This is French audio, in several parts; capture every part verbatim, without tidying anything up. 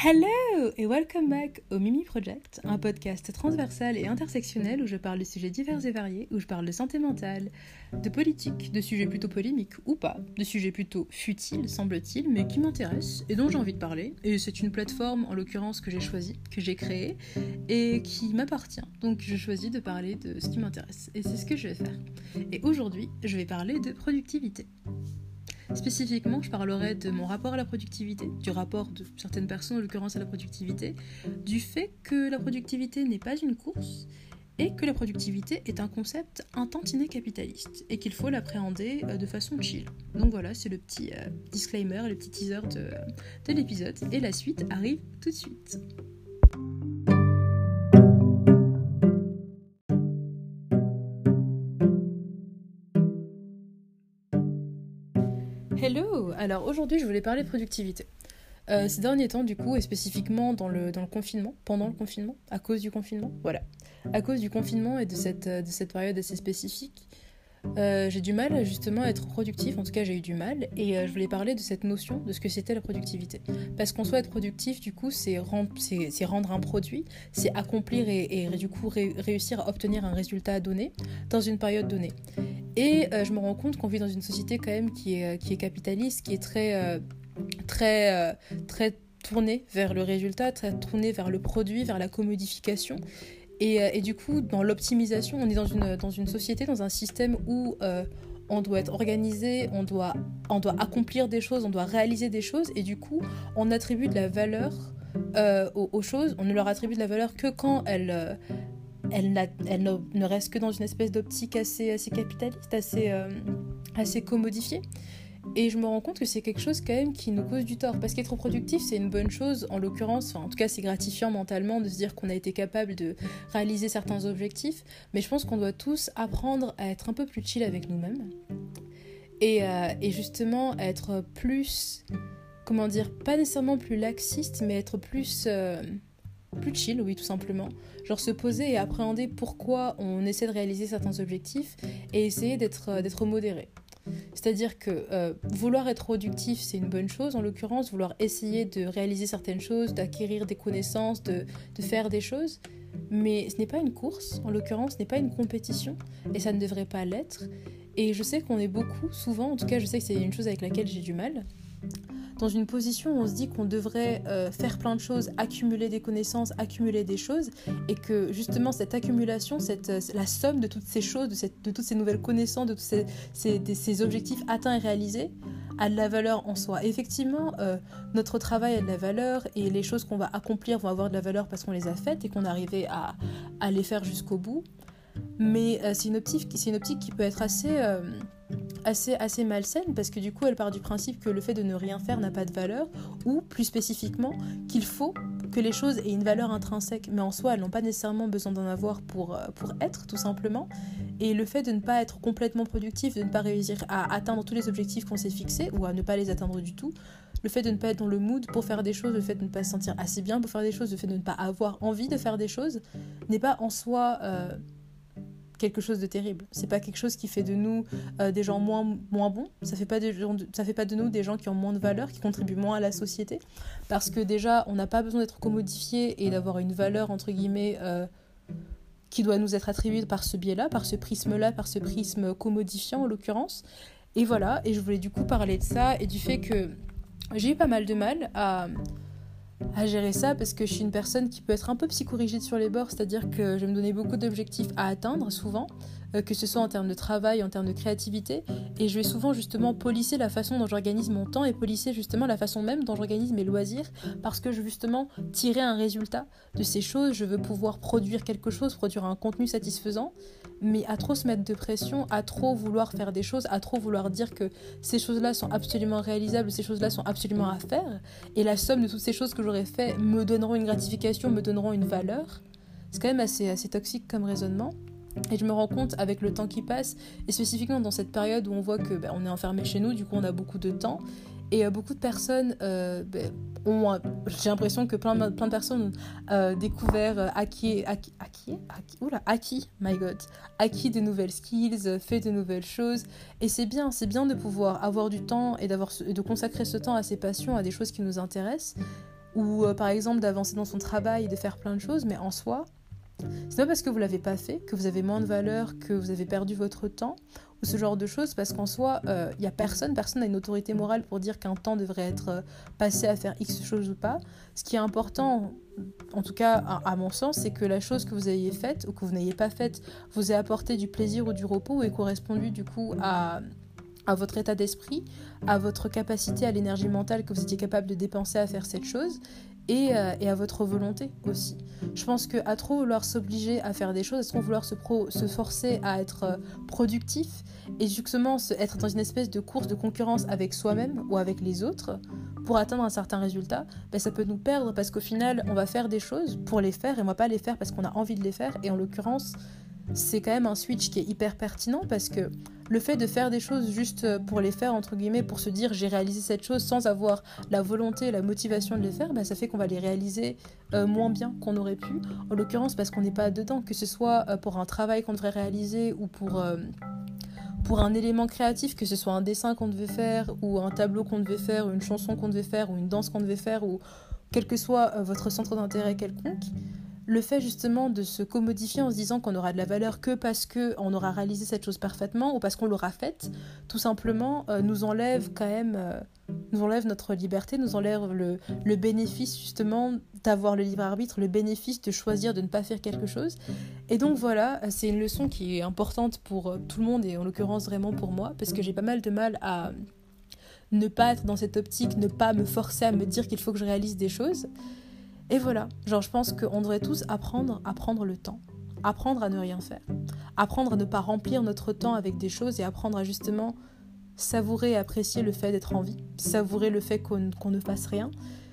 Hello et welcome back au Mimi Project, un podcast transversal et intersectionnel où je parle de sujets divers et variés, où je parle de santé mentale, de politique, de sujets plutôt polémiques ou pas, de sujets plutôt futiles, semble-t-il, mais qui m'intéressent et dont j'ai envie de parler. Et c'est une plateforme, en l'occurrence, que j'ai choisie, que j'ai créée et qui m'appartient. Donc je choisis de parler de ce qui m'intéresse et c'est ce que je vais faire. Et aujourd'hui, je vais parler de productivité. Spécifiquement, je parlerai de mon rapport à la productivité, du rapport de certaines personnes en l'occurrence à la productivité, du fait que la productivité n'est pas une course et que la productivité est un concept un tantinet capitaliste et qu'il faut l'appréhender de façon chill. Donc voilà, c'est le petit euh, disclaimer, le petit teaser de, de l'épisode et la suite arrive tout de suite. Hello! Alors aujourd'hui je voulais parler de productivité. Euh, ces derniers temps du coup, et spécifiquement dans le, dans le confinement, pendant le confinement, à cause du confinement, voilà. À cause du confinement et de cette, de cette période assez spécifique, euh, j'ai du mal justement à être productif, en tout cas j'ai eu du mal, et euh, je voulais parler de cette notion, de ce que c'était la productivité. Parce qu'en soi être productif du coup c'est rendre, c'est, c'est rendre un produit, c'est accomplir et, et du coup ré, réussir à obtenir un résultat donné dans une période donnée. Et euh, je me rends compte qu'on vit dans une société quand même qui est, qui est capitaliste, qui est très, euh, très, euh, très tournée vers le résultat, très tournée vers le produit, vers la commodification. Et, euh, et du coup, dans l'optimisation, on est dans une, dans une société, dans un système où euh, on doit être organisé, on doit, on doit accomplir des choses, on doit réaliser des choses, et du coup, on attribue de la valeur euh, aux, aux choses, on ne leur attribue de la valeur que quand elles... Euh, Elle, elle ne, ne reste que dans une espèce d'optique assez, assez capitaliste, assez, euh, assez commodifiée. Et je me rends compte que c'est quelque chose quand même qui nous cause du tort. Parce qu'être productif, c'est une bonne chose, en l'occurrence, enfin, en tout cas c'est gratifiant mentalement de se dire qu'on a été capable de réaliser certains objectifs. Mais je pense qu'on doit tous apprendre à être un peu plus chill avec nous-mêmes. Et, euh, et justement être plus, comment dire, pas nécessairement plus laxiste, mais être plus... Euh, plus chill, oui, tout simplement. Genre se poser et appréhender pourquoi on essaie de réaliser certains objectifs et essayer d'être, d'être modéré. C'est-à-dire que euh, vouloir être productif, c'est une bonne chose, en l'occurrence, vouloir essayer de réaliser certaines choses, d'acquérir des connaissances, de, de faire des choses, mais ce n'est pas une course, en l'occurrence, ce n'est pas une compétition, et ça ne devrait pas l'être. Et je sais qu'on est beaucoup, souvent, en tout cas je sais que c'est une chose avec laquelle j'ai du mal, dans une position où on se dit qu'on devrait euh, faire plein de choses, accumuler des connaissances, accumuler des choses, et que justement cette accumulation, cette, euh, la somme de toutes ces choses, de, cette, de toutes ces nouvelles connaissances, de tous ces, ces, de ces objectifs atteints et réalisés, a de la valeur en soi. Et effectivement, euh, notre travail a de la valeur, et les choses qu'on va accomplir vont avoir de la valeur parce qu'on les a faites et qu'on est arrivé à, à les faire jusqu'au bout. Mais euh, c'est, une optique, c'est une optique qui peut être assez... Euh, Assez, assez malsaine parce que du coup elle part du principe que le fait de ne rien faire n'a pas de valeur ou plus spécifiquement qu'il faut que les choses aient une valeur intrinsèque mais en soi elles n'ont pas nécessairement besoin d'en avoir pour, pour être tout simplement et le fait de ne pas être complètement productif, de ne pas réussir à atteindre tous les objectifs qu'on s'est fixés ou à ne pas les atteindre du tout, le fait de ne pas être dans le mood pour faire des choses, le fait de ne pas se sentir assez bien pour faire des choses, le fait de ne pas avoir envie de faire des choses n'est pas en soi... Euh, quelque chose de terrible. C'est pas quelque chose qui fait de nous euh, des gens moins, moins bons. Ça fait pas de, ça fait pas de nous des gens qui ont moins de valeur, qui contribuent moins à la société. Parce que déjà, on n'a pas besoin d'être commodifié et d'avoir une valeur, entre guillemets, euh, qui doit nous être attribuée par ce biais-là, par ce prisme-là, par ce prisme commodifiant en l'occurrence. Et voilà, et je voulais du coup parler de ça et du fait que j'ai eu pas mal de mal à... à gérer ça parce que je suis une personne qui peut être un peu psychorigide sur les bords, c'est-à-dire que je vais me donner beaucoup d'objectifs à atteindre souvent, euh, que ce soit en termes de travail, en termes de créativité, et je vais souvent justement polisser la façon dont j'organise mon temps et polisser justement la façon même dont j'organise mes loisirs parce que je veux justement tirer un résultat de ces choses, je veux pouvoir produire quelque chose, produire un contenu satisfaisant, mais à trop se mettre de pression, à trop vouloir faire des choses, à trop vouloir dire que ces choses-là sont absolument réalisables, ces choses-là sont absolument à faire, et la somme de toutes ces choses que j'aurais fait me donneront une gratification, me donneront une valeur. C'est quand même assez, assez toxique comme raisonnement. Et je me rends compte avec le temps qui passe, et spécifiquement dans cette période où on voit que bah, on est enfermé chez nous, du coup on a beaucoup de temps, et euh, beaucoup de personnes euh, bah, ont, j'ai l'impression que plein, plein de personnes ont euh, découvert, euh, acquis, acquis, acquis, acquis, oula, acquis, my god, acquis de nouvelles skills, euh, fait de nouvelles choses, et c'est bien, c'est bien de pouvoir avoir du temps et, d'avoir, et de consacrer ce temps à ses passions, à des choses qui nous intéressent. ou euh, par exemple d'avancer dans son travail et de faire plein de choses, mais en soi, c'est pas parce que vous l'avez pas fait que vous avez moins de valeur, que vous avez perdu votre temps ou ce genre de choses, parce qu'en soi, il euh, y a personne, personne n'a une autorité morale pour dire qu'un temps devrait être euh, passé à faire X chose ou pas. Ce qui est important, en tout cas à, à mon sens, c'est que la chose que vous ayez faite ou que vous n'ayez pas faite vous ait apporté du plaisir ou du repos ou ait correspondu du coup à à votre état d'esprit, à votre capacité, à l'énergie mentale que vous étiez capable de dépenser à faire cette chose, et, euh, et à votre volonté aussi. Je pense qu'à trop vouloir s'obliger à faire des choses, à trop vouloir se, pro, se forcer à être euh, productif, et justement se, être dans une espèce de course de concurrence avec soi-même ou avec les autres, pour atteindre un certain résultat, ben ça peut nous perdre parce qu'au final, on va faire des choses pour les faire, et on va pas les faire parce qu'on a envie de les faire, et en l'occurrence, c'est quand même un switch qui est hyper pertinent parce que le fait de faire des choses juste pour les faire, entre guillemets, pour se dire j'ai réalisé cette chose sans avoir la volonté, la motivation de les faire, bah, ça fait qu'on va les réaliser euh, moins bien qu'on aurait pu, en l'occurrence parce qu'on n'est pas dedans, que ce soit euh, pour un travail qu'on devrait réaliser ou pour, euh, pour un élément créatif, que ce soit un dessin qu'on devait faire ou un tableau qu'on devait faire, ou une chanson qu'on devait faire ou une danse qu'on devait faire ou quel que soit euh, votre centre d'intérêt quelconque. Le fait justement de se commodifier en se disant qu'on aura de la valeur que parce qu'on aura réalisé cette chose parfaitement ou parce qu'on l'aura faite, tout simplement euh, nous enlève quand même, euh, nous enlève notre liberté, nous enlève le, le bénéfice justement d'avoir le libre arbitre, le bénéfice de choisir de ne pas faire quelque chose. Et donc voilà, c'est une leçon qui est importante pour euh, tout le monde et en l'occurrence vraiment pour moi, parce que j'ai pas mal de mal à ne pas être dans cette optique, ne pas me forcer à me dire qu'il faut que je réalise des choses. Et voilà, genre je pense qu'on devrait tous apprendre à prendre le temps, apprendre à ne rien faire, apprendre à ne pas remplir notre temps avec des choses et apprendre à justement savourer et apprécier le fait d'être en vie, savourer le fait qu'on, qu'on ne fasse rien.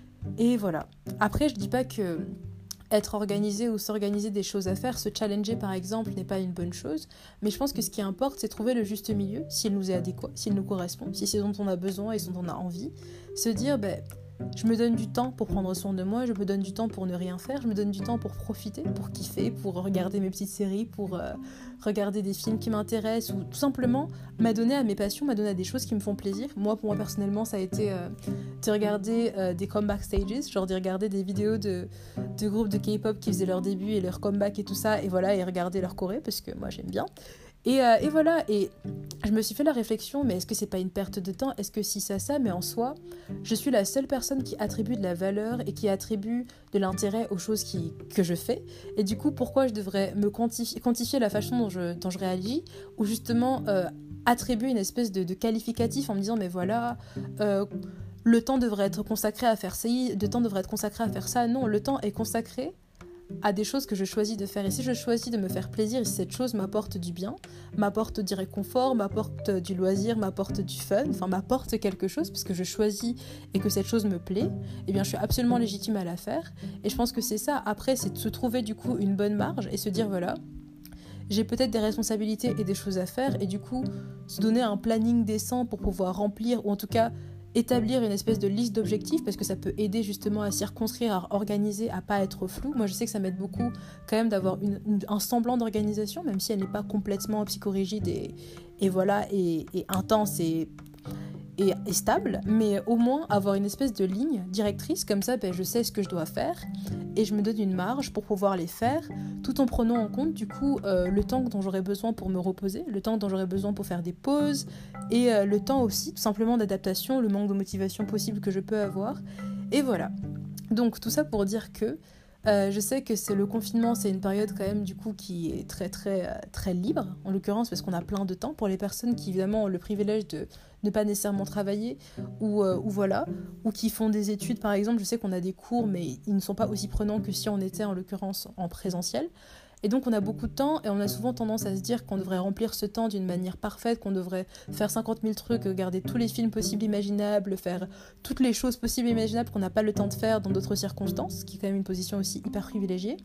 Et voilà. Après, je dis pas que être organisé ou s'organiser des choses à faire, se challenger par exemple n'est pas une bonne chose, mais je pense que ce qui importe c'est trouver le juste milieu, s'il nous est adéquat, s'il nous correspond, si c'est ce dont on a besoin et ce dont on a envie, se dire ben je me donne du temps pour prendre soin de moi, je me donne du temps pour ne rien faire, je me donne du temps pour profiter, pour kiffer, pour regarder mes petites séries, pour euh, regarder des films qui m'intéressent ou tout simplement m'adonner à mes passions, m'adonner à des choses qui me font plaisir. Moi, pour moi personnellement, ça a été euh, de regarder euh, des comeback stages, genre de regarder des vidéos de, de groupes de K-pop qui faisaient leur début et leur comeback et tout ça, et voilà, et regarder leur choré parce que moi j'aime bien. Et, euh, et voilà, et je me suis fait la réflexion, mais est-ce que c'est pas une perte de temps ? Est-ce que si ça, ça, mais en soi, je suis la seule personne qui attribue de la valeur et qui attribue de l'intérêt aux choses qui, que je fais. Et du coup, pourquoi je devrais me quantifier, quantifier la façon dont je, dont je réagis, ou justement euh, attribuer une espèce de, de qualificatif en me disant, mais voilà... Euh, le temps devrait être consacré à faire ça, le temps devrait être consacré à faire ça. Non, le temps est consacré à des choses que je choisis de faire. Et si je choisis de me faire plaisir, et si cette chose m'apporte du bien, m'apporte du réconfort, m'apporte du loisir, m'apporte du fun, enfin m'apporte quelque chose, parce que je choisis et que cette chose me plaît, eh bien je suis absolument légitime à la faire. Et je pense que c'est ça. Après, c'est de se trouver du coup une bonne marge et se dire voilà, j'ai peut-être des responsabilités et des choses à faire, et du coup se donner un planning décent pour pouvoir remplir, ou en tout cas établir une espèce de liste d'objectifs, parce que ça peut aider justement à circonscrire, à organiser, à pas être flou. Moi je sais que ça m'aide beaucoup quand même d'avoir une, une, un semblant d'organisation, même si elle n'est pas complètement psychorigide et, et voilà et, et intense et, et, et stable, mais au moins avoir une espèce de ligne directrice, comme ça ben, je sais ce que je dois faire et je me donne une marge pour pouvoir les faire, tout en prenant en compte du coup euh, le temps dont j'aurai besoin pour me reposer, le temps dont j'aurai besoin pour faire des pauses, et euh, le temps aussi tout simplement d'adaptation, le manque de motivation possible que je peux avoir. Et voilà. Donc tout ça pour dire que euh, je sais que c'est le confinement, c'est une période quand même du coup qui est très très euh, très libre, en l'occurrence parce qu'on a plein de temps pour les personnes qui évidemment ont le privilège de ne pas nécessairement travailler ou, euh, ou voilà, ou qui font des études par exemple. Je sais qu'on a des cours mais ils ne sont pas aussi prenants que si on était en l'occurrence en présentiel. Et donc on a beaucoup de temps et on a souvent tendance à se dire qu'on devrait remplir ce temps d'une manière parfaite, qu'on devrait faire cinquante mille trucs, regarder tous les films possibles imaginables, faire toutes les choses possibles et imaginables qu'on n'a pas le temps de faire dans d'autres circonstances, ce qui est quand même une position aussi hyper privilégiée.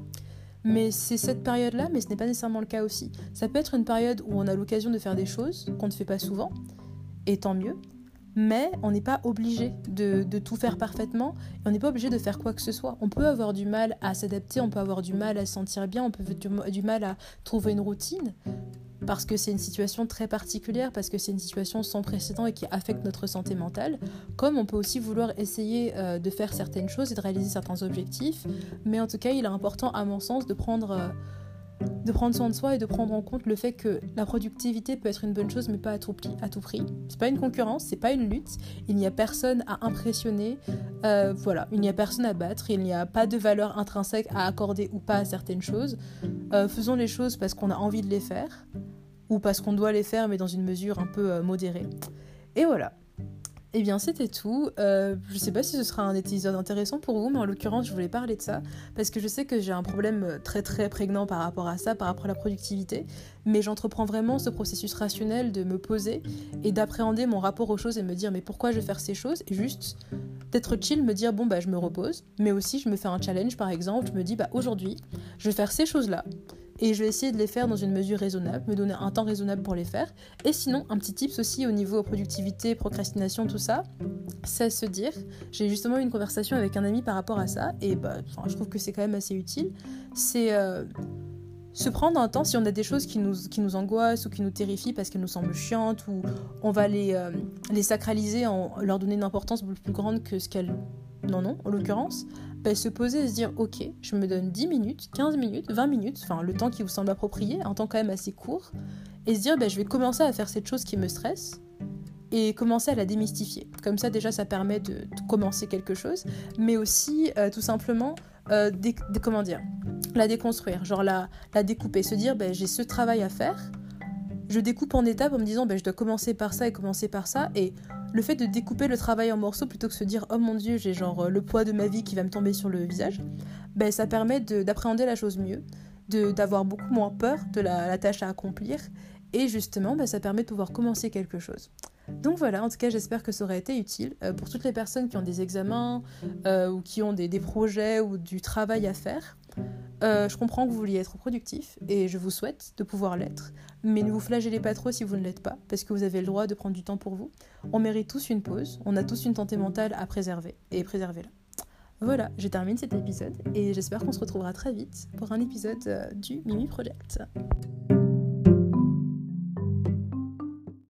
Mais c'est cette période-là, mais ce n'est pas nécessairement le cas aussi. Ça peut être une période où on a l'occasion de faire des choses qu'on ne fait pas souvent, et tant mieux. Mais on n'est pas obligé de, de tout faire parfaitement, et on n'est pas obligé de faire quoi que ce soit. On peut avoir du mal à s'adapter, on peut avoir du mal à se sentir bien, on peut avoir du, du mal à trouver une routine, parce que c'est une situation très particulière, parce que c'est une situation sans précédent et qui affecte notre santé mentale, comme on peut aussi vouloir essayer euh, de faire certaines choses et de réaliser certains objectifs, mais en tout cas il est important à mon sens de prendre, euh, de prendre soin de soi et de prendre en compte le fait que la productivité peut être une bonne chose mais pas à tout, pli, à tout prix. C'est pas une concurrence, c'est pas une lutte, il n'y a personne à impressionner, euh, voilà, il n'y a personne à battre, il n'y a pas de valeur intrinsèque à accorder ou pas à certaines choses. Euh, faisons les choses parce qu'on a envie de les faire, ou parce qu'on doit les faire mais dans une mesure un peu euh, modérée. Et voilà. Eh bien c'était tout, euh, je sais pas si ce sera un épisode intéressant pour vous, mais en l'occurrence je voulais parler de ça, parce que je sais que j'ai un problème très très prégnant par rapport à ça, par rapport à la productivité, mais j'entreprends vraiment ce processus rationnel de me poser et d'appréhender mon rapport aux choses et me dire mais pourquoi je vais faire ces choses, et juste d'être chill, me dire bon bah je me repose, mais aussi je me fais un challenge par exemple, je me dis bah aujourd'hui je vais faire ces choses là, et je vais essayer de les faire dans une mesure raisonnable, me donner un temps raisonnable pour les faire. Et sinon, un petit tips aussi au niveau productivité, procrastination, tout ça, c'est se dire, j'ai justement eu une conversation avec un ami par rapport à ça, et bah, je trouve que c'est quand même assez utile, c'est euh, se prendre un temps, si on a des choses qui nous, qui nous angoissent ou qui nous terrifient parce qu'elles nous semblent chiantes, ou on va les, euh, les sacraliser en leur donner une importance beaucoup plus grande que ce qu'elles n'en ont, en l'occurrence, bah, se poser et se dire ok, je me donne dix minutes, quinze minutes, vingt minutes, enfin le temps qui vous semble approprié, un temps quand même assez court, et se dire bah, je vais commencer à faire cette chose qui me stresse et commencer à la démystifier. Comme ça déjà ça permet de, de commencer quelque chose, mais aussi euh, tout simplement euh, dé, dé, comment dire, la déconstruire, genre la, la découper, se dire bah, j'ai ce travail à faire, je découpe en étapes en me disant bah, je dois commencer par ça et commencer par ça, et le fait de découper le travail en morceaux plutôt que de se dire oh mon dieu j'ai genre le poids de ma vie qui va me tomber sur le visage, ben ça permet de, d'appréhender la chose mieux, de, d'avoir beaucoup moins peur de la, la tâche à accomplir, et justement ben ça permet de pouvoir commencer quelque chose. Donc voilà, en tout cas j'espère que ça aurait été utile euh, pour toutes les personnes qui ont des examens euh, ou qui ont des, des projets ou du travail à faire. Euh, je comprends que vous vouliez être productif et je vous souhaite de pouvoir l'être, mais ne vous flagellez pas trop si vous ne l'êtes pas, parce que vous avez le droit de prendre du temps pour vous. On mérite tous une pause, on a tous une santé mentale à préserver, et préservez-la. Voilà, je termine cet épisode et j'espère qu'on se retrouvera très vite pour un épisode euh, du Mimi Project.